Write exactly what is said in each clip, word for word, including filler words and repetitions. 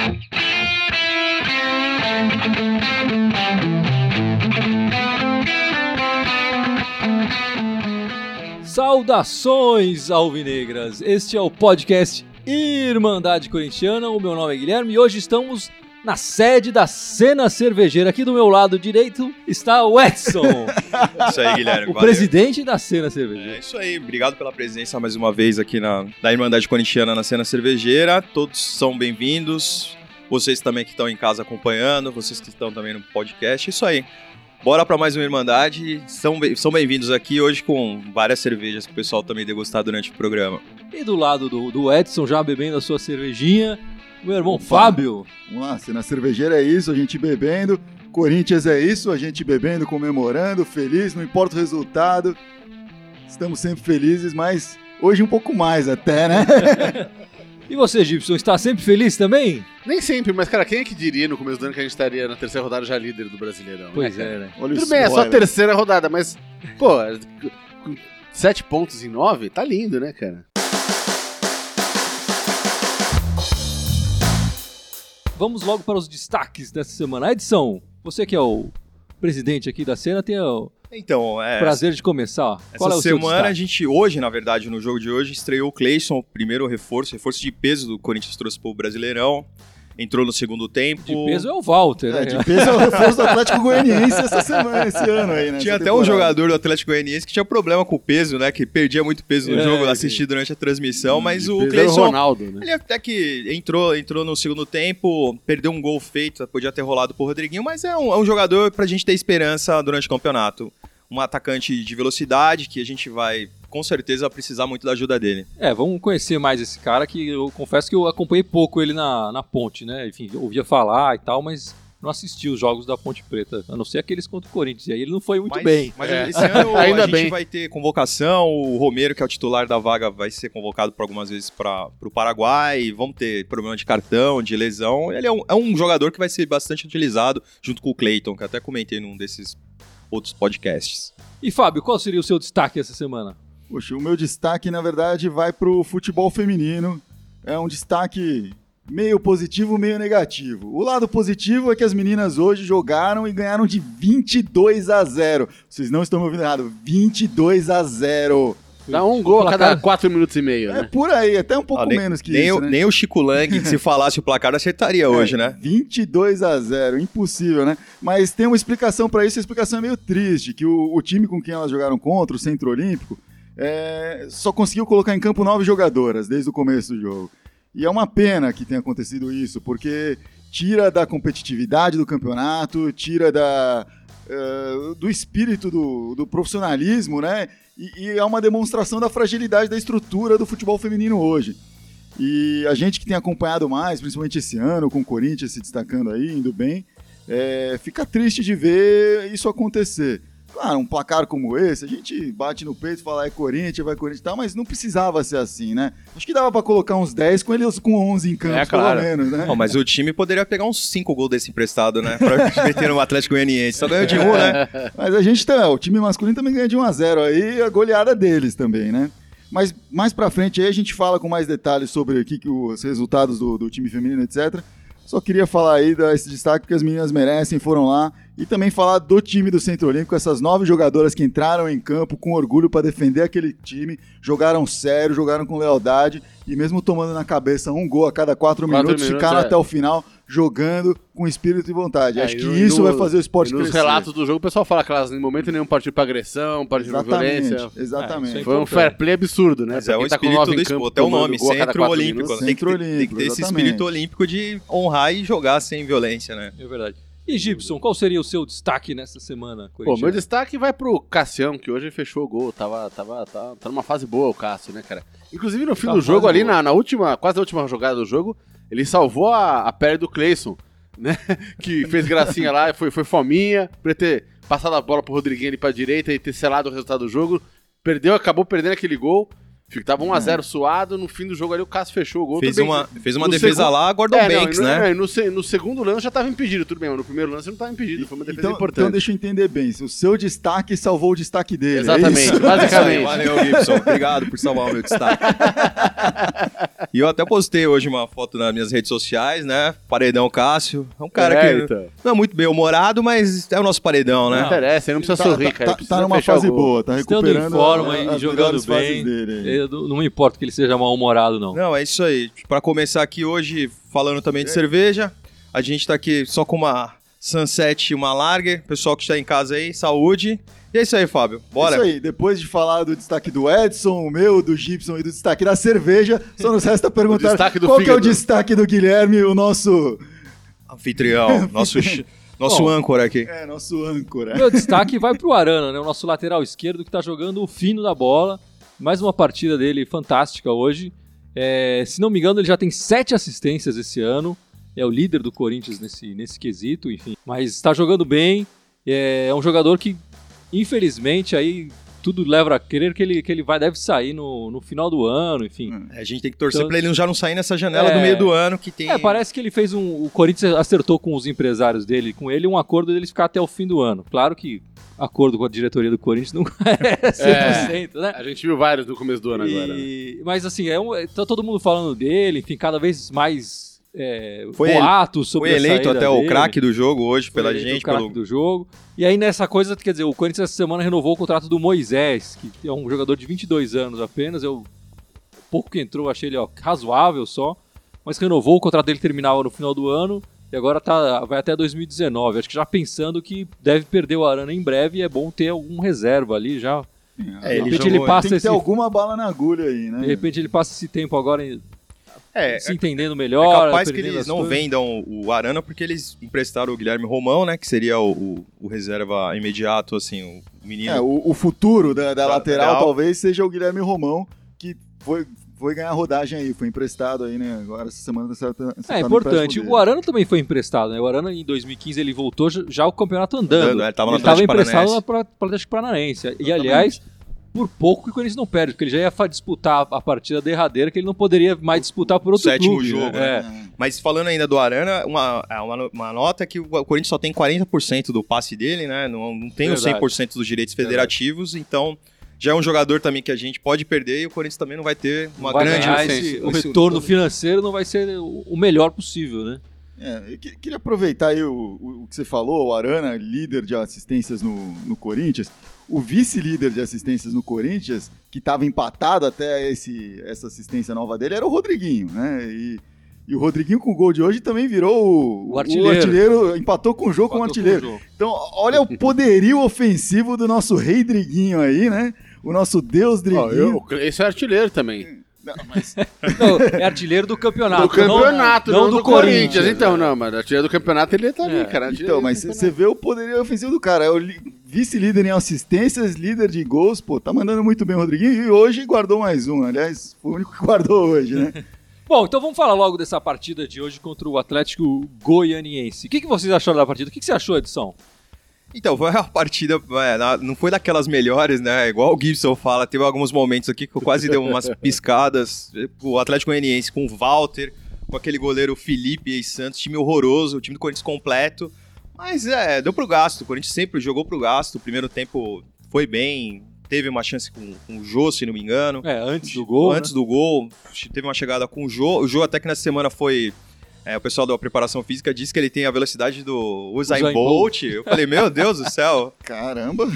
Saudações alvinegras, este é o podcast Irmandade Corintiana, o meu nome é Guilherme e hoje estamos na sede da Cena Cervejeira. Aqui do meu lado direito está o Edson. Isso aí, Guilherme. O valeu. Presidente da Cena Cervejeira. É isso aí, obrigado pela presença mais uma vez aqui na da Irmandade Corintiana na Cena Cervejeira. Todos são bem-vindos, vocês também que estão em casa acompanhando, vocês que estão também no podcast, isso aí. Bora para mais uma Irmandade, são, são bem-vindos aqui hoje com várias cervejas que o pessoal também degustar durante o programa. E do lado do, do Edson, já bebendo a sua cervejinha, meu irmão Opa. Fábio. Vamos lá, Cena Cervejeira é isso, a gente bebendo, Corinthians é isso, a gente bebendo, comemorando, feliz, não importa o resultado, estamos sempre felizes, mas hoje um pouco mais até, né? E você, Gibson, está sempre feliz também? Nem sempre, mas cara, quem é que diria no começo do ano que a gente estaria na terceira rodada já líder do Brasileirão? Pois né, é, né? Olha Tudo bem, é só a terceira rodada, mas, pô, com sete pontos em nove, tá lindo, né, cara? Vamos logo para os destaques dessa semana. Edson, você que é o presidente aqui da cena, tem o Então, é, prazer de começar. Qual essa é o seu semana destaque? a gente, hoje, na verdade, no jogo de hoje, estreou o Cleison, o primeiro reforço, reforço de peso do Corinthians trouxe pro Brasileirão. Entrou no segundo tempo. De peso é o Walter, né? É, de peso é o reforço do Atlético Goianiense essa semana, esse ano aí, né? Tinha até um jogador do Atlético Goianiense que tinha problema com o peso, né? Que perdia muito peso no É, jogo, é. assisti durante a transmissão, mas o Pedro Cleison, Ronaldo, né? ele até que entrou, entrou no segundo tempo, perdeu um gol feito, podia ter rolado pro Rodriguinho, mas é um, é um jogador pra gente ter esperança durante o campeonato. Um atacante de velocidade que a gente vai, com certeza, precisar muito da ajuda dele. É, vamos conhecer mais esse cara que eu confesso que eu acompanhei pouco ele na, na Ponte, né? Enfim, eu ouvia falar e tal, mas não assisti os jogos da Ponte Preta, a não ser aqueles contra o Corinthians, e aí ele não foi muito mas, bem. Mas É. esse ano Ainda a gente bem. vai ter convocação, o Romero, que é o titular da vaga, vai ser convocado por algumas vezes para o Paraguai, vamos ter problema de cartão, de lesão. Ele é um, é um jogador que vai ser bastante utilizado, junto com o Cleiton, que até comentei num desses outros podcasts. E Fábio, qual seria o seu destaque essa semana? Poxa, o meu destaque, na verdade, vai pro futebol feminino. É um destaque meio positivo, meio negativo. O lado positivo é que as meninas hoje jogaram e ganharam de vinte e dois a zero. Vocês não estão me ouvindo errado, vinte e dois a zero. Dá um gol a placar- cada quatro minutos e meio, É né? por aí, até um pouco Ah, nem, menos que nem isso, o, né? nem o Chico Lang, que se falasse o placar, acertaria hoje, né? vinte e dois a zero, impossível, né? Mas tem uma explicação pra isso, a explicação é meio triste, que o, o time com quem elas jogaram contra, o Centro Olímpico, é, só conseguiu colocar em campo nove jogadoras desde o começo do jogo. E é uma pena que tenha acontecido isso, porque tira da competitividade do campeonato, tira da, uh, do espírito do, do profissionalismo, né? E, e é uma demonstração da fragilidade da estrutura do futebol feminino hoje. E a gente que tem acompanhado mais, principalmente esse ano, com o Corinthians se destacando aí, indo bem, é, fica triste de ver isso acontecer. Claro, um placar como esse, a gente bate no peito e fala é Corinthians, vai Corinthians e tal, mas não precisava ser assim, né? Acho que dava pra colocar uns dez com eles com onze em campo, É, claro. pelo menos, né? Não, mas o time poderia pegar uns cinco gols desse emprestado, né? Pra meter no Atlético Goianiense. Só ganhou de um, né? Mas a gente tá, o time masculino também ganha de um a zero aí, a goleada deles também, né? Mas mais pra frente aí a gente fala com mais detalhes sobre aqui que os resultados do, do time feminino, etcétera. Só queria falar aí desse destaque porque as meninas merecem, foram lá. E também falar do time do Centro Olímpico, essas nove jogadoras que entraram em campo com orgulho para defender aquele time, jogaram sério, jogaram com lealdade e mesmo tomando na cabeça um gol a cada quatro, Quatro minutos, minutos, ficaram é. até o final jogando com espírito e vontade. É, Acho e que no- isso no- vai fazer o esporte Nos crescer. relatos do jogo, o pessoal fala que elas em momento nenhum partiram pra agressão, partiram pra Exatamente, violência. exatamente. É, Foi um importante. fair play absurdo, né? Mas Pra é o quem tá com espírito nove do em campo, esporte, até o tomando nome, gol a cada Centro quatro Olímpico. minutos. Tem que, Centro ter, tem que Olímpico, ter esse exatamente. espírito olímpico de honrar e jogar sem violência, né? É verdade. E Gibson, qual seria o seu destaque nessa semana, Pô, Corinthians? meu destaque vai pro Cassião, que hoje fechou o gol. Tava, tava, tá, tá numa fase boa o Cássio, né, cara? Inclusive no fim Tá do jogo, fase ali boa. na, na última, quase na última jogada do jogo, ele salvou a, a pele do Cleison, né? Que fez gracinha lá, foi, foi fominha, pra ter passado a bola pro Rodriguinho ali pra direita e ter selado o resultado do jogo. Perdeu, acabou perdendo aquele gol. Fico- Tava um a zero suado, no fim do jogo ali o Cássio fechou o gol. Fez Tudo bem uma, que- fez uma no defesa segundo- lá, Gordon É, não, Banks, e no, né? é, no, se- no segundo lance já tava impedido, tudo bem, mas no primeiro lance não tava impedido, foi uma defesa Então, importante. então deixa eu entender bem, o seu destaque salvou o destaque dele. é Exatamente, isso? basicamente. Valeu, Gibson. Obrigado por salvar o meu destaque. E eu até postei hoje uma foto nas minhas redes sociais, né? Paredão Cássio. É um cara É, que então. não é muito bem humorado, mas é o nosso paredão, né? Não interessa, ele não precisa Tá, sorrir, tá, cara. tá, precisa tá numa fechar o fase gol. boa, tá Estando recuperando em forma a- e as jogando melhores fases bem, dele aí. eu não não me importa que ele seja mal-humorado, não. Não, é isso aí. Pra começar aqui hoje, falando também de cerveja, a gente tá aqui só com uma Sunset e uma Lager. Pessoal que está em casa aí, saúde. E é isso aí, Fábio. Bora. Isso aí, depois de falar do destaque do Edson, o meu, do Gibson e do destaque da cerveja, só nos resta perguntar destaque do qual que é o fígado. destaque do Guilherme, o nosso, Anfitrião, nosso, ch- nosso Bom, âncora aqui. é, nosso âncora. Meu destaque vai pro Arana, né? O nosso lateral esquerdo que tá jogando o fino da bola. Mais uma partida dele fantástica hoje. É, se não me engano, ele já tem sete assistências esse ano. É o líder do Corinthians nesse, nesse quesito, enfim. Mas está jogando bem. É, é um jogador que, infelizmente, aí tudo leva a crer que ele, que ele vai, deve sair no, no final do ano, enfim. A gente tem que torcer Então- pra ele já não sair nessa janela É. do meio do ano que tem. É, parece que ele fez um. O Corinthians acertou com os empresários dele, com ele, um acordo dele ficar até o fim do ano. Claro que acordo com a diretoria do Corinthians não é cem por cento, né? A gente viu vários no começo do ano agora. né? E- Mas assim, é um, é- tá todo mundo falando dele, enfim, cada vez mais é, Foi boatos sobre Foi a eleito saída até o dele. craque do jogo hoje Foi pela eleito gente. o craque Pelo... do jogo. E aí nessa coisa, quer dizer, o Corinthians essa semana renovou o contrato do Moisés, que é um jogador de vinte e dois anos apenas. Eu pouco que entrou, achei ele ó, razoável só, mas renovou, o contrato dele terminava no final do ano e agora tá, vai até dois mil e dezenove. Acho que já pensando que deve perder o Arana em breve e é bom ter algum reserva ali já. É, de ele repente jogou- ele passa Tem que esse, ter alguma bala na agulha aí, né? de repente ele passa esse tempo agora em- É, se entendendo é melhor. capaz que aprendendo eles as não coisas. vendam o Arana porque eles emprestaram o Guilherme Romão, né? Que seria o, o- o reserva imediato, assim, o menino. É, o, o futuro da, da Da- lateral lateral. talvez seja o Guilherme Romão, que foi, foi ganhar rodagem aí, foi emprestado aí, né? Agora essa semana tá, tá, tá É no importante. empréstimo O dele. Arana também foi emprestado, né? O Arana em dois mil e quinze ele voltou já, já o campeonato andando. Andando, né? Ele tava no ele estava Atlético emprestado Paranaense. para o Atlético Paranaense. E aliás, por pouco que o Corinthians não perde, porque ele já ia fa- disputar a partida derradeira que ele não poderia mais disputar por outro sétimo clube. jogo, né? né? É. Mas falando ainda do Arana, uma, é uma, uma nota é que o Corinthians só tem quarenta por cento do passe dele, né? Não, não tem os Verdade. cem por cento dos direitos federativos, então já é um jogador também que a gente pode perder e o Corinthians também não vai ter uma Vai grande... ganhar esse- esse- o esse- retorno financeiro não vai ser o o melhor possível, né? É, eu que- queria aproveitar aí o, o- o que você falou, o Arana, líder de assistências no, no Corinthians, o vice-líder de assistências no Corinthians, que estava empatado até esse, essa assistência nova dele, era o Rodriguinho, né? E, e o Rodriguinho com o gol de hoje também virou o, O artilheiro. artilheiro, empatou com o jogo com o Empatou artilheiro. com o jogo. Então, olha o poderio ofensivo do nosso rei Driguinho aí, né? O nosso deus Ó, Driguinho. eu, esse é artilheiro também. Não, mas Não, é artilheiro do campeonato. Do campeonato, não, não, do, do Corinthians. Corinthians. Então, não, mas artilheiro do campeonato ele tá ali, É, cara. artilheiro Então, do mas campeonato. você vê o poderio ofensivo do cara. É o li- vice-líder em assistências, líder de gols. Pô, tá mandando muito bem o Rodriguinho. E hoje guardou mais um. Aliás, foi o único que guardou hoje, né? Bom, então vamos falar logo dessa partida de hoje contra o Atlético Goianiense. O que, que vocês acharam da partida? O que, que você achou, Edson? Então, foi uma partida, é, na- não foi daquelas melhores, né? Igual o Gibson fala, teve alguns momentos aqui que eu quase dei umas piscadas. O Atlético Goianiense com o Walter, com aquele goleiro Felipe e Santos, time horroroso, o time do Corinthians completo. Mas é, deu pro gasto, o Corinthians sempre jogou pro gasto, o primeiro tempo foi bem, teve uma chance com, com o Jô, se não me engano. É, antes do gol. Antes né? do gol, teve uma chegada com o Jô. O Jô até que nessa semana foi... é, o pessoal da preparação física disse que ele tem a velocidade do Usain Usain Bolt. Eu falei, meu Deus do céu. Caramba.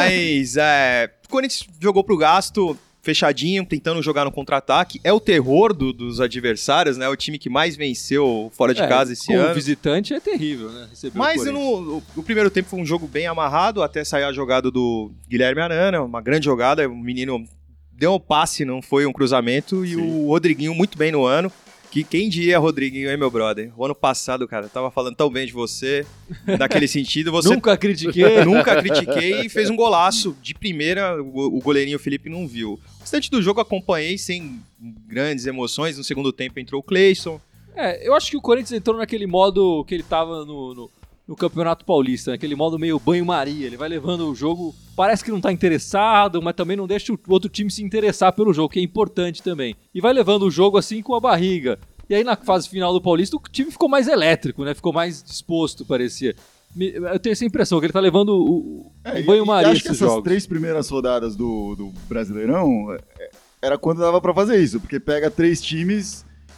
Mas é, o Corinthians jogou pro gasto, fechadinho, tentando jogar no contra-ataque. É o terror do- dos adversários, né? O time que mais venceu fora de É, casa esse como ano. visitante é terrível, né? Receber o Mas Corinthians. no, o primeiro tempo foi um jogo bem amarrado, até sair a jogada do Guilherme Arana, uma grande jogada. O menino deu um passe, não foi um cruzamento. E Sim. o Rodriguinho muito bem no ano. Que quem diria, Rodriguinho, hein, meu brother? O ano passado, cara, eu tava falando tão bem de você, naquele sentido. Você Nunca critiquei. nunca critiquei e fez um golaço de primeira. O, o goleirinho Felipe não viu. O restante do jogo acompanhei sem grandes emoções. No segundo tempo entrou o Cleison. É, eu acho que o Corinthians entrou naquele modo que ele tava no, no, no Campeonato Paulista, naquele modo meio banho-maria. Ele vai levando o jogo, parece que não tá interessado, mas também não deixa o outro time se interessar pelo jogo, que é importante também. E vai levando o jogo assim com a barriga. E aí na fase final do Paulista o time ficou mais elétrico, né? Ficou mais disposto, parecia. Me- Eu tenho essa impressão que ele tá levando o, o É, e- banho-maria e acho que esses essas jogos. três primeiras rodadas do, do Brasileirão é, era quando dava pra fazer isso, porque pega três times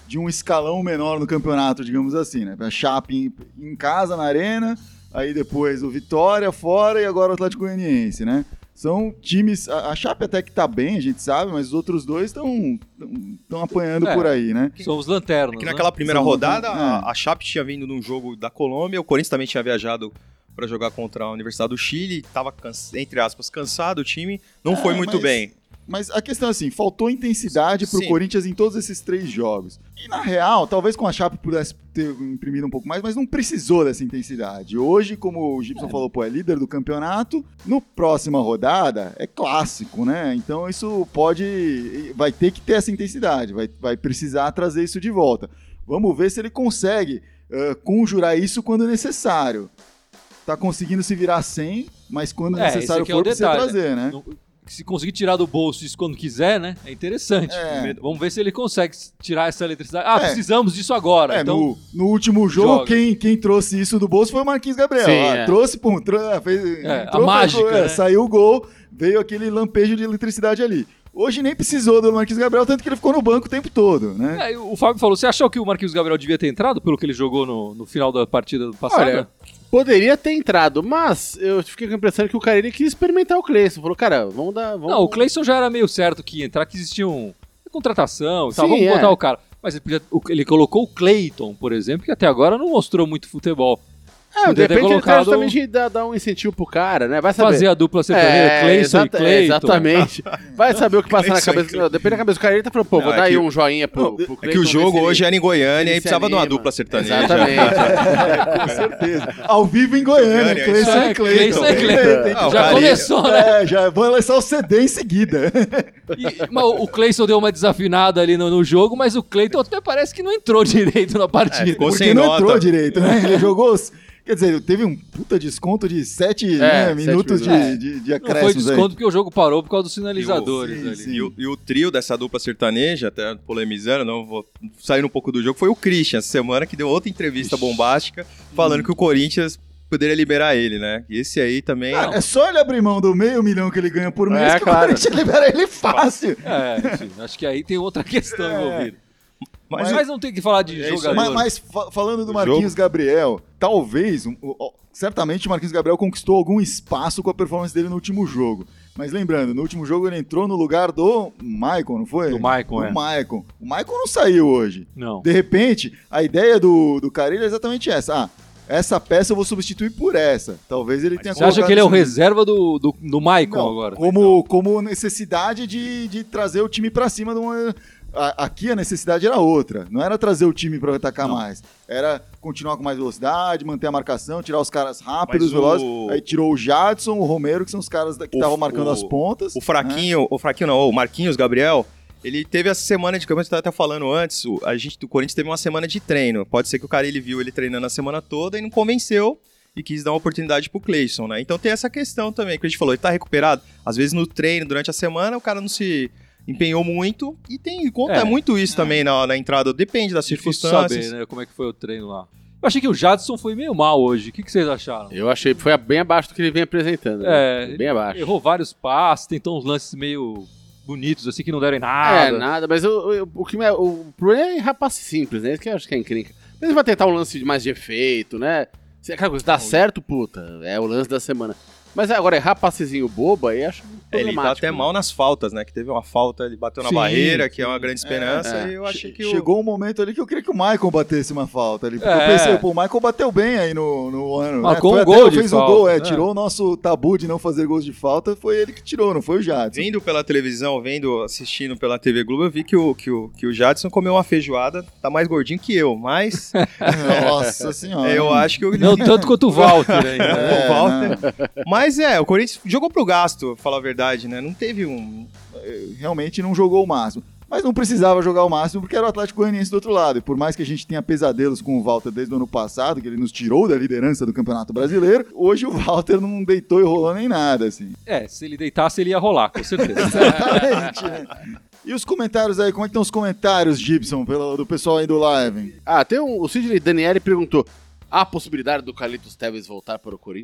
de um escalão menor no campeonato, digamos assim, né? A Chape em, em casa, na Arena, aí depois o Vitória fora e agora o Atlético Goianiense, né? São times... A, a Chape até que tá bem, a gente sabe, mas os outros dois estão estão apanhando É, por aí, né? São os lanternos, Que né? naquela primeira São- rodada, é. a, a Chape tinha vindo num jogo da Colômbia, o Corinthians também tinha viajado para jogar contra a Universidade do Chile, tava, cansa- entre aspas, cansado o time, não É, foi muito mas- bem. Mas a questão é assim, faltou intensidade pro Sim. Corinthians em todos esses três jogos. E na real, talvez com a Chape pudesse ter imprimido um pouco mais, mas não precisou dessa intensidade. Hoje, como o Gibson falou, pô, é líder do campeonato, no próxima rodada é clássico, né? Então isso pode... vai ter que ter essa intensidade, vai, vai precisar trazer isso de volta. Vamos ver se ele consegue uh, conjurar isso quando necessário. Tá conseguindo se virar sem, mas quando É, necessário esse aqui é o for, precisa detalhe, trazer, né? Não- Se conseguir tirar do bolso isso quando quiser, né? É interessante. É. Vamos ver se ele consegue tirar essa eletricidade. Ah, É. precisamos disso agora. É, então, no, no último jogo, joga. quem, quem trouxe isso do bolso foi o Marquinhos Gabriel. Sim, Ah, é. Trouxe, pum, trou- ah, fez, É, entrou, a mágica, fez gol, é, né? saiu o gol, veio aquele lampejo de eletricidade ali. Hoje nem precisou do Marquinhos Gabriel, tanto que ele ficou no banco o tempo todo, né? É, o Fábio falou, você achou que o Marquinhos Gabriel devia ter entrado pelo que ele jogou no, no final da partida passada? Olha, poderia ter entrado, mas eu fiquei com a impressão que o cara ele quis experimentar o Cleison. Falou, cara, vamos dar. Vamos... Não, o Cleison já era meio certo que ia entrar, que existia um contratação e tal, Sim, vamos é. botar o cara. Mas ele, podia- o- ele colocou o Cleiton, por exemplo, que até agora não mostrou muito futebol. É, de podia ter repente ele quer colocado- justamente dar, dar um incentivo pro cara, né? Vai saber. Fazer a dupla sertaneja, Cleison e exata- é, Cleiton. exatamente. Vai saber o que passa na Cleison e cabeça. Cleiton. Depende da cabeça do cara, ele tá falando, pô, Não, vou é dar aí que- um joinha pro, Não, pro é Cleiton. É que o ver se jogo ele- hoje era em Goiânia ele e se precisava de uma anima. dupla sertaneja. Exatamente. Com certeza. Ao vivo em Goiânia, Goiânia, Cleison isso e é, Cleiton. Cleison e Cleiton. Tem que- Ah, o Já cara- começou, né? É, já vou lançar o C D em seguida. E- mas o Cleison deu uma desafinada ali no, no jogo, mas o Cleiton até parece que não entrou direito na partida. É, ficou Porque sem não nota. entrou direito, né? Ele jogou... os- Quer dizer, teve um puta desconto de sete né, sete minutos de, minutos. de, de Não foi acréscimos aí. desconto porque o jogo parou por causa dos sinalizadores sim, ali. sim. E o, e o trio dessa dupla sertaneja, até polemizando, não vou sair um pouco do jogo, foi o Christian, essa semana, que deu outra entrevista bombástica, falando que o Corinthians poderia liberar ele, né? E esse aí também... Cara, é só ele abrir mão do meio milhão que ele ganha por mês É, que claro. o Corinthians libera ele fácil. É, enfim, acho que aí tem outra questão É. envolvida. Mas, Mas- não tem que falar de É isso aí. jogador. Mas, mas fa- falando do O Marquinhos jogo? Gabriel, talvez, um, o- o- certamente o Marquinhos Gabriel conquistou algum espaço com a performance dele no último jogo. Mas lembrando, no último jogo ele entrou no lugar do Maicon, não foi? Do Maicon, do é. Maicon. O Maicon não saiu hoje. Não. De repente, a ideia do, do Carille é exatamente essa. Ah, essa peça eu vou substituir por essa. Talvez ele tenha Você acha colocado que ele é o isso- reserva do, do, do Maicon Não, agora? Como, como necessidade de, de trazer o time pra cima de uma. a- Aqui a necessidade era outra. Não era trazer o time pra atacar Não. mais. Era continuar com mais velocidade, manter a marcação, tirar os caras rápidos, Mas o- velozes. Aí tirou o Jadson, o Romero, que são os caras da- que O- estavam marcando o- as pontas. O fraquinho, o fraquinho não, o Marquinhos Gabriel, ele teve essa semana de campo, a gente tava até falando antes, o- a gente do Corinthians teve uma semana de treino. Pode ser que o cara ele viu ele treinando a semana toda e não convenceu e quis dar uma oportunidade pro Cleison, né? Então tem essa questão também, que a gente falou, ele tá recuperado. Às vezes no treino, durante a semana, o cara não se empenhou muito e tem conta É. muito isso também na, na entrada, depende das Difícil circunstâncias. saber, né, como é que foi o treino lá. Eu achei que o Jadson foi meio mal hoje. O que, que vocês acharam? Eu achei que foi bem abaixo do que ele vem apresentando. É, né? Bem abaixo. Errou vários passes, tentou uns lances meio bonitos, assim, que não deram em nada. É, nada, mas eu, eu- o que me, o problema é rapaz simples, né? Isso que eu acho que é encrenca. Mas ele vai tentar um lance mais de efeito, né? Se aquela coisa dá certo, puta, é o lance da semana. Mas agora errar passezinho bobo, aí acho É, ele tá problemático. até né? mal nas faltas, né? Que teve uma falta, ele bateu na Sim, barreira, que sim. é uma grande esperança, É, é. e eu achei que o... Chegou um momento ali que eu queria que o Michael batesse uma falta ali. Porque É. eu pensei, pô, o Michael bateu bem aí no, no ano. Marcou né? um Foi até- gol de fez falta, o gol, é, né? tirou o nosso tabu de não fazer gols de falta, foi ele que tirou, não foi o Jadson. Vendo pela televisão, vendo, assistindo pela T V Globo, eu vi que o, que o, que o Jadson comeu uma feijoada, tá mais gordinho que eu, mas Nossa senhora. eu acho que o Não tanto quanto o Walter ainda. né? É, o Walter. Mas é, o Corinthians jogou pro gasto, pra falar a verdade, né? Não teve um. Realmente não jogou o máximo. Mas não precisava jogar o máximo porque era o Atlético Goianiense do outro lado. E por mais que a gente tenha pesadelos com o Walter desde o ano passado, que ele nos tirou da liderança do Campeonato Brasileiro, hoje o Walter não deitou e rolou nem nada, assim. É, se ele deitasse, ele ia rolar, com certeza. Exatamente, né? E os comentários aí, como é que estão os comentários, Gibson, pelo, do pessoal aí do live? Ah, tem um, o Sidney Daniele perguntou: há a possibilidade do Carlitos Tevez voltar para o Corinthians?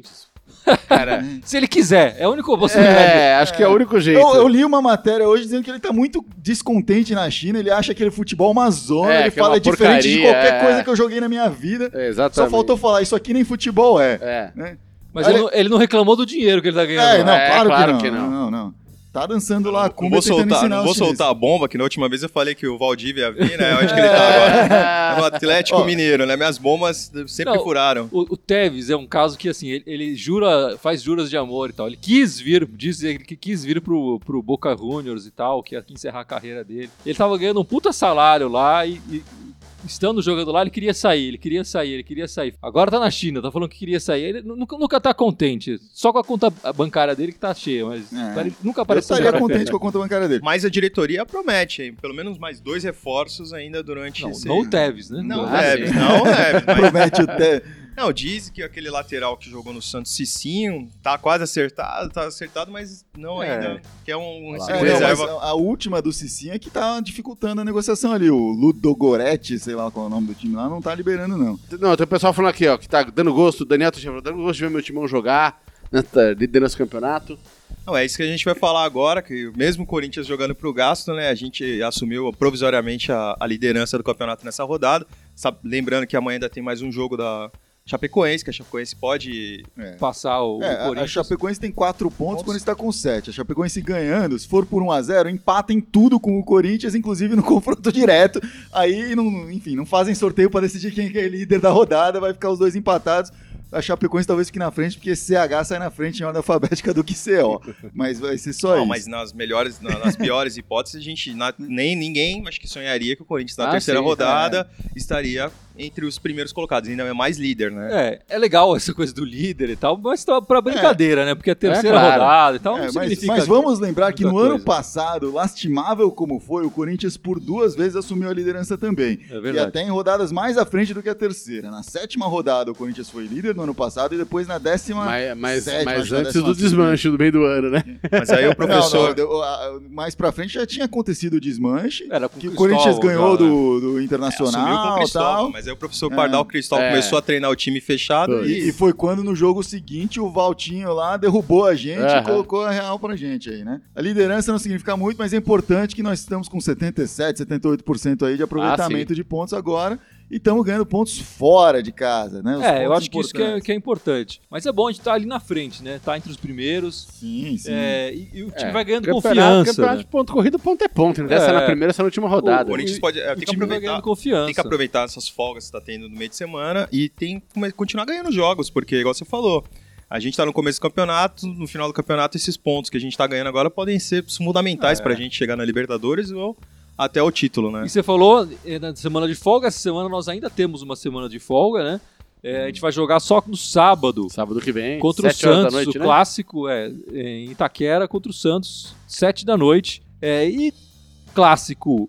Cara, Se ele quiser, é a única possibilidade. é, acho que é o único jeito. Eu, eu li uma matéria hoje dizendo que ele tá muito descontente na China, ele acha aquele futebol uma zona, É, ele que é fala uma é diferente de porcaria, qualquer é. coisa que eu joguei na minha vida. É, exatamente. Só faltou falar, isso aqui nem futebol é. É. Né? Mas Olha- ele não, ele não reclamou do dinheiro que ele tá ganhando. É, lá. não, É, claro, claro que, que não. não. não, não. Tá dançando lá a Não Kumba vou tentando soltar, ensinar não vou os chineses. soltar a bomba, que na última vez eu falei que o Valdívia ia vir, né? Onde que ele tá agora? No Atlético Ó. Mineiro, né? Minhas bombas sempre Não, furaram. O, o Tevez é um caso que, assim, ele, ele jura, faz juras de amor e tal. Ele quis vir, diz ele que quis vir pro, pro Boca Juniors e tal, que ia encerrar a carreira dele. Ele tava ganhando um puta salário lá e, e estando jogando lá, ele queria sair, ele queria sair, ele queria sair. Agora tá na China, tá falando que queria sair. Ele nunca, nunca tá contente, só com a conta bancária dele que tá cheia, mas É. ele nunca Eu aparece estaria contente com a conta bancária dele. Mas a diretoria promete, hein? Pelo menos mais dois reforços ainda durante Não, esse... não o Tevez, né? Não Ah, deve, sim. não deve. Mas... Promete o Té. Não, diz que aquele lateral que jogou no Santos, Cicinho, tá quase acertado, tá acertado, mas não É. ainda. Que é um Olha lá. segundo É, não, mas reserva. a, a última do Cicinho é que tá dificultando a negociação ali. O Ludogoretti, sei lá qual é o nome do time lá, não tá liberando, não. Não, tem o pessoal falando aqui, ó, que tá dando gosto, o Daniel tá falando, dando gosto de ver meu timão jogar, né, tá liderando esse campeonato. Não, é isso que a gente vai falar agora, que mesmo o Corinthians jogando pro gasto, né, a gente assumiu provisoriamente a, a liderança do campeonato nessa rodada. Sabe, lembrando que amanhã ainda tem mais um jogo da Chapecoense, que a Chapecoense pode... Passar o, É, o a- a Corinthians. Chapecoense tem quatro pontos quando está com sete. A Chapecoense ganhando, se for por um a zero, empata em tudo com o Corinthians, inclusive no confronto direto. Aí, não, enfim, não fazem sorteio para decidir quem que é líder da rodada, vai ficar os dois empatados. A Chapecoense talvez fique na frente, porque C H sai na frente em ordem alfabética do que C O. Mas vai ser só Não, isso. mas nas melhores, na- nas piores hipóteses, a gente na- nem ninguém acho que sonharia que o Corinthians na Ah, terceira sim, rodada estaria entre os primeiros colocados, ainda é mais líder, né? É, é legal essa coisa do líder e tal, mas tá pra brincadeira, né? Porque a terceira É, claro. rodada e tal É, não mas, significa... mas vamos lembrar que no muita ano coisa. passado, lastimável como foi, o Corinthians por duas vezes assumiu a liderança também. É E verdade. até em rodadas mais à frente do que a terceira. Na sétima rodada, o Corinthians foi líder no ano passado e depois na décima Mas, mas, sétima, mas acho que na antes décima do desmanche do meio do ano, né? Mas aí o Não, professor... não, deu- a- mais pra frente já tinha acontecido o desmanche. Era com Que o Cristóvão Corinthians ganhou já, né? do, do assumiu com Internacional o e Cristóvão, tal. mas aí o professor É. Pardal Cristóvão É. começou a treinar o time fechado Foi. E, e... e foi quando no jogo seguinte o Valtinho lá derrubou a gente Aham. e colocou a real pra gente aí, né? A liderança não significa muito, mas é importante que nós estamos com setenta e sete, setenta e oito por cento aí de aproveitamento de pontos agora e estamos ganhando pontos fora de casa, né? Os É, eu pontos acho que isso que é, importantes. que é importante. Mas é bom a gente estar ali na frente, né? Tá entre os primeiros. Sim, sim. É, e, e o time É, vai ganhando campeonato, confiança. Campeonato né? de ponto corrido, ponto é ponto. Não deve É. ser na primeira, essa na última rodada. O Corinthians pode, é, tem, que O time vai aproveitar, ganhando confiança. tem que aproveitar essas folgas que está tendo no meio de semana e tem que come- continuar ganhando jogos, porque, igual você falou, a gente está no começo do campeonato, no final do campeonato, esses pontos que a gente está ganhando agora podem ser fundamentais É. para a gente chegar na Libertadores ou até o título, né? E você falou eh, na semana de folga, essa semana nós ainda temos uma semana de folga, né? É, a gente vai jogar só no sábado Sábado que vem, contra o sete horas da Santos, noite, o né? clássico é em Itaquera contra o Santos, sete da noite. É, e clássico.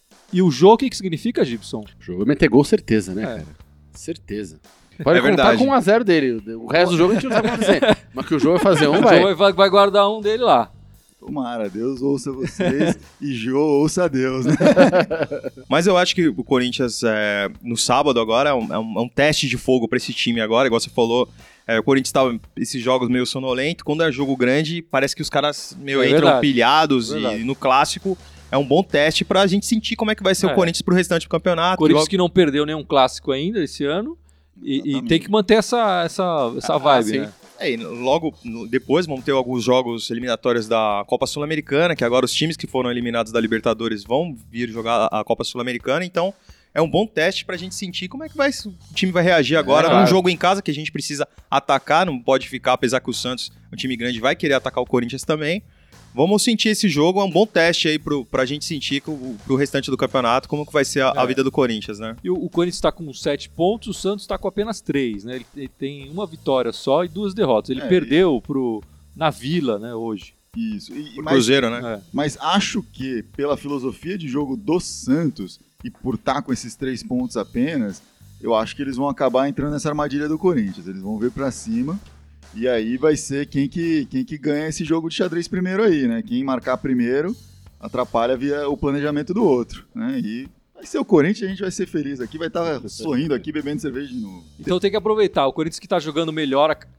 E o jogo, o que, que significa, Gibson? O jogo vai meter gol, certeza, né, É. cara? Certeza. Pode É contar verdade. com um a zero dele. O resto do jogo a gente não sabe o que vai fazer. Mas que o jogo vai fazer um, O vai. jogo vai, vai guardar um dele lá. Tomara, Deus ouça vocês e Jô ouça a Deus, né? Mas eu acho que o Corinthians, é, no sábado agora, é um, é um- é um teste de fogo para esse time agora, igual você falou. É, o Corinthians estava esses jogos meio sonolento. Quando é jogo grande, parece que os caras meio É entram verdade. pilhados Verdade. e no clássico é um bom teste pra gente sentir como é que vai ser É. o Corinthians pro restante do campeonato. Corinthians Igual- que não perdeu nenhum clássico ainda esse ano. E, e Exatamente. tem que manter essa, essa, essa Ah, vibe, sim. né? É, e logo no- depois vamos ter alguns jogos eliminatórios da Copa Sul-Americana, que agora os times que foram eliminados da Libertadores vão vir jogar a Copa Sul-Americana, então é um bom teste pra gente sentir como é que vai, o time vai reagir agora claro. num jogo em casa que a gente precisa atacar, não pode ficar, apesar que o Santos, um time grande, vai querer atacar o Corinthians também. Vamos sentir esse jogo, é um bom teste aí pro, pra gente sentir que o- pro restante do campeonato como que vai ser a, a É. vida do Corinthians, né? E o, o Corinthians está com sete pontos, o Santos está com apenas três, né? Ele, ele tem uma vitória só e duas derrotas. Ele É, perdeu pro, na Vila, né, hoje. Isso. E, Pro mas, Cruzeiro, né? É. mas acho que, pela filosofia de jogo do Santos, e por estar com esses três pontos apenas, eu acho que eles vão acabar entrando nessa armadilha do Corinthians. Eles vão vir pra cima. E aí vai ser quem que, quem que ganha esse jogo de xadrez primeiro aí, né? Quem marcar primeiro atrapalha via o planejamento do outro, né? E vai ser o Corinthians, a gente vai ser feliz aqui, vai estar sorrindo aqui, bebendo cerveja de novo. Então tem que aproveitar. O Corinthians que está jogando melhor a,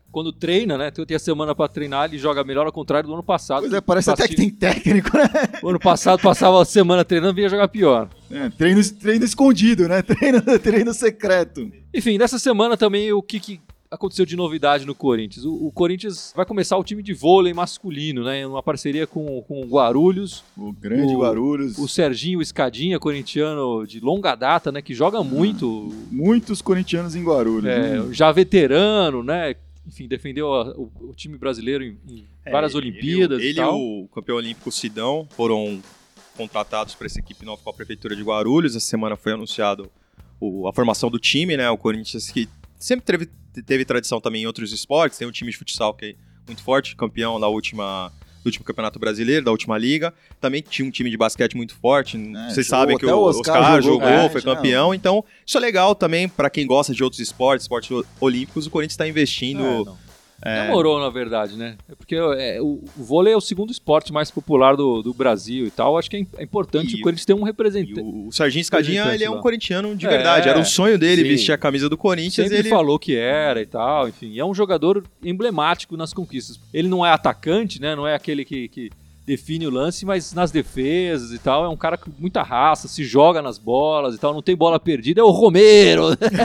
quando treina, né? Tem a semana pra treinar, ele joga melhor, ao contrário do ano passado. Pois é, parece até que tem técnico, né? O ano passado passava a semana treinando e vinha jogar pior. É, treino, treino escondido, né? Treino, treino secreto. Enfim, nessa semana também o que, que aconteceu de novidade no Corinthians? O, o Corinthians vai começar o time de vôlei masculino, né? Uma parceria com, com o Guarulhos. O grande o, Guarulhos. O Serginho Escadinha, corintiano de longa data, né? Que joga muito. Muitos corintianos em Guarulhos. É, né? já veterano, né? Enfim, defendeu a, o, o time brasileiro em, em É, várias ele- Olimpíadas Ele e tal. e o campeão olímpico Sidão foram contratados para essa equipe nova com a Prefeitura de Guarulhos. Essa semana foi anunciado o- a formação do time, né? O Corinthians, que sempre teve, teve tradição também em outros esportes, tem um time de futsal que é muito forte, campeão na última, do último Campeonato Brasileiro, da última Liga. Também tinha um time de basquete muito forte. Vocês jogou, sabem que até o o Oscar, Oscar jogou, jogou, foi é, campeão. Então, isso é legal também para quem gosta de outros esportes, esportes olímpicos. O Corinthians está investindo. É, não. Demorou, na verdade, né? É porque é, o, o vôlei é o segundo esporte mais popular do, do Brasil e tal. Acho que é, é importante E o Corinthians ter um E representante. o, o Serginho Escadinha, representante ele é um lá. corintiano de É, verdade. Era um sonho dele sim. vestir a camisa do Corinthians. Sempre ele falou que era e tal, enfim. É um jogador emblemático nas conquistas. Ele não é atacante, né? Não é aquele que, que define o lance, mas nas defesas e tal, é um cara com muita raça, se joga nas bolas e tal, não tem bola perdida, é o Romero.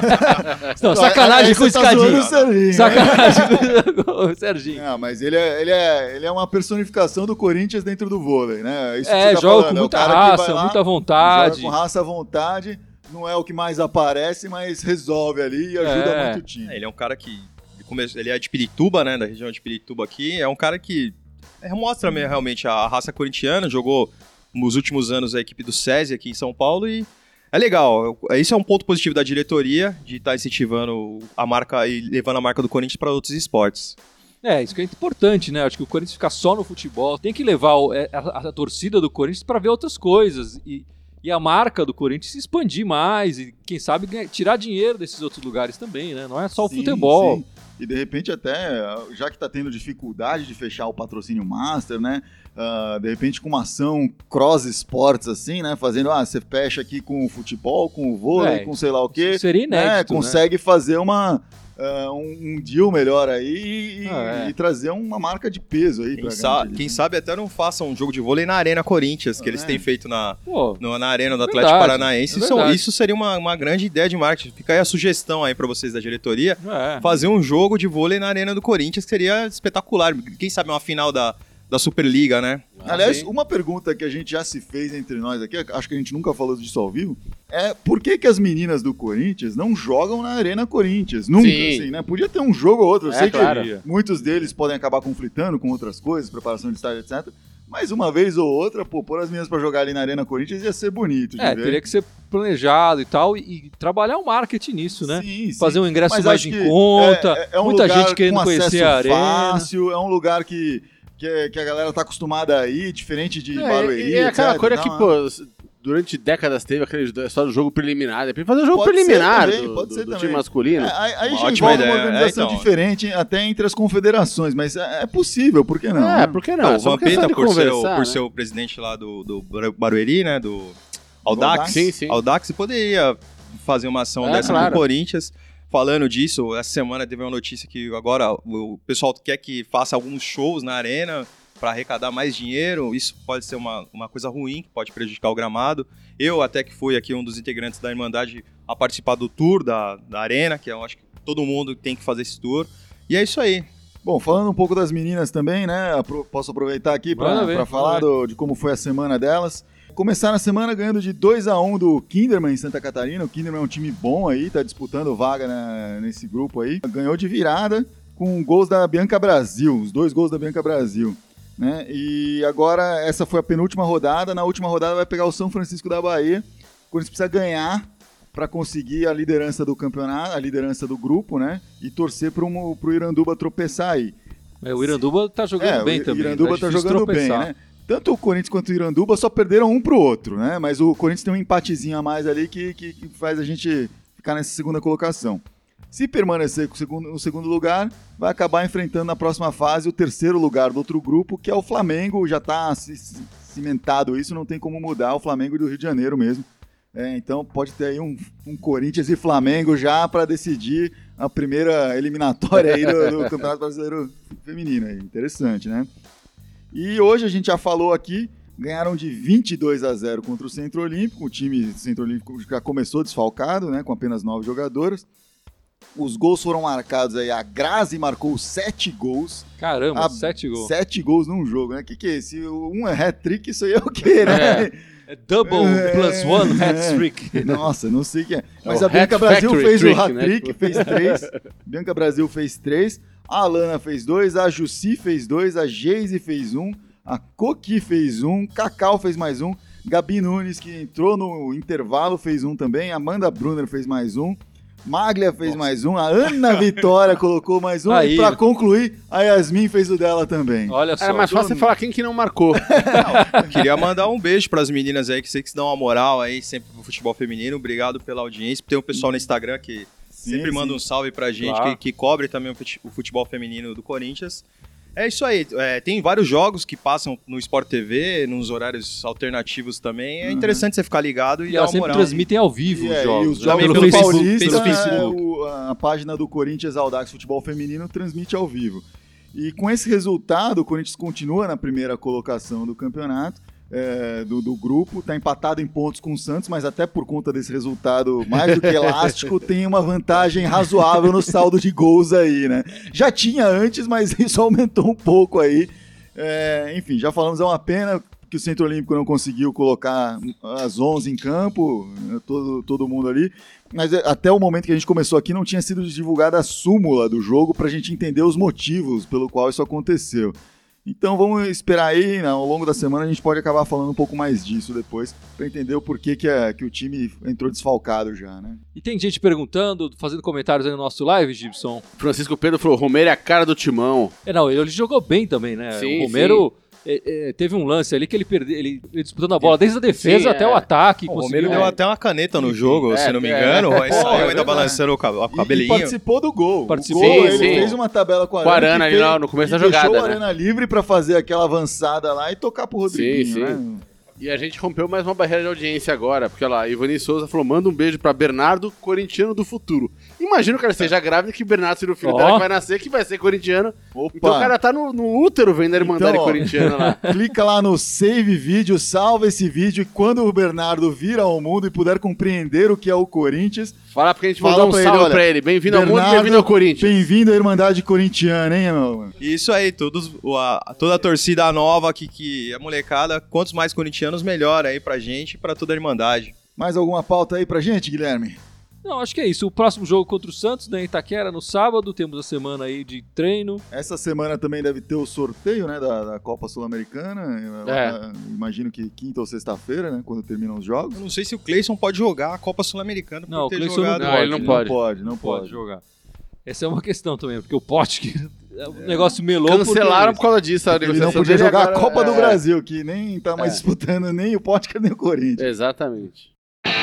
Não, sacanagem Aí com o você tá zoando Escadinho. o Serginho, né? Sacanagem com o Serginho. Não, mas ele é, ele, é, ele é uma personificação do Corinthians dentro do vôlei, né? Isso que É, você tá joga falando, com é o muita cara que vai raça, lá, muita vontade. Joga com raça à vontade, não é o que mais aparece, mas resolve ali e ajuda É. muito o time. É, ele é um cara que. Ele, come- ele é de Pirituba, né? Da região de Pirituba aqui. É um cara que é, mostra mesmo, realmente a raça corintiana. Jogou nos últimos anos a equipe do SESI aqui em São Paulo e é legal. Isso é um ponto positivo da diretoria de estar incentivando a marca e levando a marca do Corinthians para outros esportes. É, isso que é importante, né? Acho que o Corinthians ficar só no futebol tem que levar o- é, a, a torcida do Corinthians para ver outras coisas e, e a marca do Corinthians se expandir mais e, quem sabe, ganhar- tirar dinheiro desses outros lugares também, né? Não é só o Sim, futebol. sim. E de repente até, já que está tendo dificuldade de fechar o patrocínio master, né? ah, de repente com uma ação cross esportes assim, né? Fazendo, ah, você fecha aqui com o futebol, com o vôlei, É, com sei lá o quê. Isso seria né, inédito, né? consegue fazer uma, ah, um, um deal melhor aí e, Ah, é. e trazer uma marca de peso aí. Quem, pra sa- grande- quem sabe até não façam um jogo de vôlei na Arena Corinthians, que eles É. têm feito na, Pô, no- na Arena do É Atlético verdade, Paranaense. é Isso, verdade. isso seria uma, uma grande ideia de marketing. Fica aí a sugestão aí para vocês da diretoria. é. Fazer um jogo de vôlei na Arena do Corinthians que seria espetacular. Quem sabe uma final da, da Superliga, né? Aliás, sim. uma pergunta que a gente já se fez entre nós aqui, acho que a gente nunca falou disso ao vivo, é por que, que as meninas do Corinthians não jogam na Arena Corinthians? Nunca, Sim. assim, né? Podia ter um jogo ou outro. Eu É, sei claro. que muitos deles podem acabar conflitando com outras coisas, preparação de estádio, etcétera. Mas uma vez ou outra, pô, pôr as meninas pra jogar ali na Arena Corinthians ia ser bonito de É, ver. teria que ser planejado e tal, e, e trabalhar o marketing nisso, né? Sim, sim. Fazer um ingresso Mas mais acho em que conta, é- é um muita lugar gente querendo com conhecer acesso a arena. fácil, é um lugar que, que, que a galera tá acostumada a ir, diferente de Barueri, É, é aquela etcétera. coisa Não, que, é- pô, durante décadas teve aquele só do jogo preliminar. Depois fazer o jogo Pode ser preliminar também, do, pode do- ser do também. time masculino. É, aí aí Uma já ótima envolve uma ideia. organização É, então. diferente até entre as confederações, mas é, é possível, por que não? é, né? por que não? Não, É o só uma Vampeta, questão de por, ser, o- conversar, por né? ser o presidente lá do, do Baru- Barueri, né? Do Audax? Audax. Sim, sim. Audax poderia fazer uma ação É, dessa claro. no Corinthians. Falando disso, essa semana teve uma notícia que agora o pessoal quer que faça alguns shows na arena para arrecadar mais dinheiro. Isso pode ser uma, uma coisa ruim, que pode prejudicar o gramado. Eu até que fui aqui um dos integrantes da Irmandade a participar do tour da, da arena, que eu acho que todo mundo tem que fazer esse tour. E é isso aí. Bom, falando um pouco das meninas também, né? apro- Posso aproveitar aqui Manda para ver, manda falar ver. do- de como foi a semana delas. Começaram a semana ganhando de dois a um do Kinderman em Santa Catarina. O Kinderman é um time bom aí, tá disputando vaga na- nesse grupo aí. Ganhou de virada com gols da Bianca Brasil, os dois gols da Bianca Brasil. Né? E agora essa foi a penúltima rodada. Na última rodada vai pegar o São Francisco da Bahia. O Corinthians precisa ganhar para conseguir a liderança do campeonato, a liderança do grupo, né? E torcer para o Iranduba tropeçar aí. É, o Iranduba tá jogando É, bem o também. Iranduba tá difícil jogando bem, tropeçar. né? Tanto o Corinthians quanto o Iranduba só perderam um pro outro, né? Mas o Corinthians tem um empatezinho a mais ali que, que, que faz a gente ficar nessa segunda colocação. Se permanecer com o segundo- no segundo lugar, vai acabar enfrentando na próxima fase o terceiro lugar do outro grupo, que é o Flamengo. Já está cimentado isso, não tem como mudar. O Flamengo do Rio de Janeiro mesmo. É, então pode ter aí um, um Corinthians e Flamengo já para decidir a primeira eliminatória aí do, do Campeonato Brasileiro Feminino. Aí. Interessante, né? E hoje a gente já falou aqui, ganharam de vinte e dois a zero contra o Centro Olímpico. O time Centro Olímpico já começou desfalcado, né, com apenas nove jogadoras. Os gols foram marcados aí, a Grazi marcou sete gols. Caramba, a, sete gols. Sete gols num jogo, né? O que, que é? Se um é hat-trick, isso aí é o quê, né? É, é double É, plus one hat-trick. É. Nossa, não sei o que é. Mas É o a Bianca Hat Brasil Factory fez trick, o hat-trick, né? fez três. Bianca Brasil fez três. A Alana fez dois, a Jussi fez dois, a Geise fez um, a Coqui fez um, Cacau fez mais um, Gabi Nunes, que entrou no intervalo, fez um também, Amanda Brunner fez mais um, Maglia fez Nossa. mais um, a Ana Vitória colocou mais um, Aí. e pra concluir, a Yasmin fez o dela também. Olha só. Era mais fácil você falar quem que não marcou. Não, queria mandar um beijo pras meninas aí, que sei que se dão uma moral aí sempre pro futebol feminino. Obrigado pela audiência. Tem um pessoal no Instagram que Sim, sempre sim. manda um salve pra gente, Claro. que, que cobre também o fute- o futebol feminino do Corinthians. É isso aí, é, tem vários jogos que passam no Sport T V, nos horários alternativos também. É interessante você ficar ligado e, E dar elas uma sempre moral. transmitem ao vivo E, os é, jogos. e os né? jogos Também do pelo Facebook, Paulista, pelo é, Facebook. o- a página do Corinthians Audax Futebol Feminino transmite ao vivo. E com esse resultado, o Corinthians continua na primeira colocação do campeonato, é, do, do grupo, está empatado em pontos com o Santos, mas até por conta desse resultado mais do que elástico, tem uma vantagem razoável no saldo de gols aí, né? Já tinha antes, mas isso aumentou um pouco aí. É, enfim, já falamos, é uma pena que o Centro Olímpico não conseguiu colocar as onze em campo, todo, todo mundo ali, mas até o momento que a gente começou aqui não tinha sido divulgada a súmula do jogo para a gente entender os motivos pelo qual isso aconteceu. Então vamos esperar aí, né? Ao longo da semana a gente pode acabar falando um pouco mais disso depois, para entender o porquê que, é, que o time entrou desfalcado já, né? E tem gente perguntando, fazendo comentários aí no nosso live, Gibson. Francisco Pedro falou, Romero é a cara do Timão. É, não, ele jogou bem também, né? Sim, o Romero é, é, teve um lance ali que ele perdeu, ele, ele disputando a bola desde a defesa Sim, até é. o ataque. O conseguiu- Romero deu é, até uma caneta no jogo, É, se não me é. engano. Aí Pô, saiu é ainda verdade. balançando o cab- o E, cabelinho. e participou do gol. Participou, o gol, sim, ele sim. fez uma tabela com a Com a Arana, Arana que ali fez- no- no começo e da jogada, deixou a né? Arana livre para fazer aquela avançada lá e tocar pro Rodriguinho, Sim, sim. né? E a gente rompeu mais uma barreira de audiência agora, porque olha lá, Ivani Souza falou, manda um beijo pra Bernardo, corintiano do futuro. Imagina o cara seja grávida que Bernardo seja o filho Ó. dela que vai nascer, que vai ser corintiano. Opa. Então o cara tá no, no útero vendo a Irmandade Então, ó. corintiana lá. Clica lá no save vídeo, salva esse vídeo e quando o Bernardo vir ao mundo e puder compreender o que é o Corinthians, Fala porque a gente Fala mandou um pra ele, salve olha, pra ele. Bem-vindo ao mundo, Bernardo, bem-vindo ao Corinthians. bem-vindo à Irmandade Corintiana, hein, meu? Isso aí, todos, o- a- toda a torcida nova que, que a molecada, quantos mais corintianos, melhor aí pra gente e pra toda a Irmandade. Mais alguma pauta aí pra gente, Guilherme? Não, acho que é isso. O próximo jogo contra o Santos, né, em Itaquera, no sábado. Temos a semana aí de treino. Essa semana também deve ter o sorteio, né, da, da Copa Sul-Americana. Eu, É. eu Imagino que quinta ou sexta-feira, né, quando terminam os jogos. Eu não sei se o Cleison pode jogar a Copa Sul-Americana por Não, o ter Cleison não jogado. Não, ele não pode. Não pode, não Pode pode. jogar. Essa é uma questão também, porque o Potker, o negócio melou. Cancelaram por porque- causa disso a Ele não negociação podia dele, jogar agora- a Copa do é. Brasil, que nem tá mais É. disputando nem o Potker nem o Corinthians. Exatamente.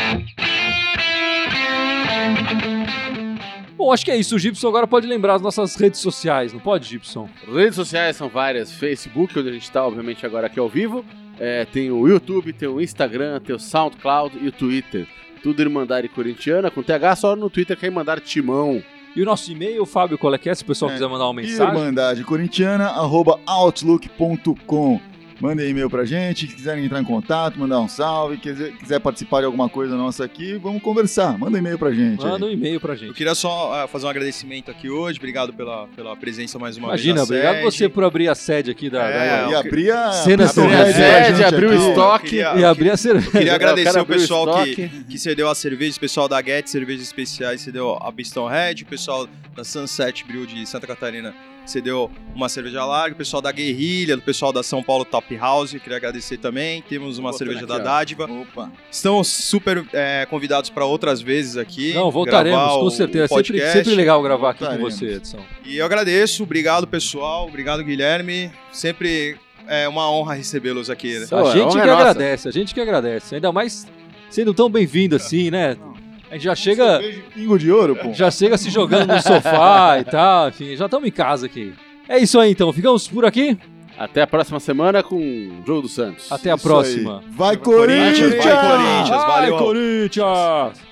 Bom, acho que é isso. O Gibson agora pode lembrar as nossas redes sociais, não pode, Gibson? Redes sociais são várias. Facebook, onde a gente tá, obviamente, agora aqui ao vivo. É, tem o YouTube, tem o Instagram, tem o SoundCloud e o Twitter. Tudo Irmandade Corintiana, com T H, só no Twitter que é Irmandade Timão. E o nosso e-mail, Fábio, qual é que é? Se o pessoal É, quiser mandar uma mensagem. Irmandade Corintiana, arroba outlook ponto com. Mandem e-mail pra gente, se quiserem entrar em contato, mandar um salve, quiser, quiser participar de alguma coisa nossa aqui, vamos conversar. Manda e-mail pra gente. Manda aí. um e-mail pra Eu gente. queria só ah, fazer um agradecimento aqui hoje. Obrigado pela, pela presença mais uma Imagina, vez. na obrigado sede. você por abrir a sede aqui da... É, da- E abrir a Cena Pistol Cerveja. Red pra Sede, gente abrir o aqui. estoque. Eu queria- E abrir a cerveja. Queria Eu agradecer quero o abrir o pessoal que, estoque. que cedeu a cerveja, o pessoal da Get Cervejas Especiais cedeu a Pistol Red, o pessoal da Sunset Brew de Santa Catarina cedeu uma cerveja larga, o pessoal da Guerrilha, o pessoal da São Paulo Top House, queria agradecer também. Temos uma Botando cerveja aqui, da ó. Dádiva. Opa. Estão super é, convidados para outras vezes aqui. Não, voltaremos, gravar com o- certeza. o É sempre, podcast. sempre legal gravar aqui Voltaremos. com você, Edson. E eu agradeço, obrigado pessoal, obrigado Guilherme. Sempre é uma honra recebê-los aqui. né? Pô, A a gente honra que é nossa. agradece, a gente que agradece. Ainda mais sendo tão bem-vindo assim, né? A gente já chega, Cerveja de pingo de ouro, pô. já chega se jogando no sofá e tal. Enfim, já estamos em casa aqui. É isso aí então, ficamos por aqui. Até a próxima semana com o Jogo do Santos. Até a Isso próxima. aí. Vai, Corinthians, Corinthians! vai, Corinthians. Valeu. Vai, Corinthians!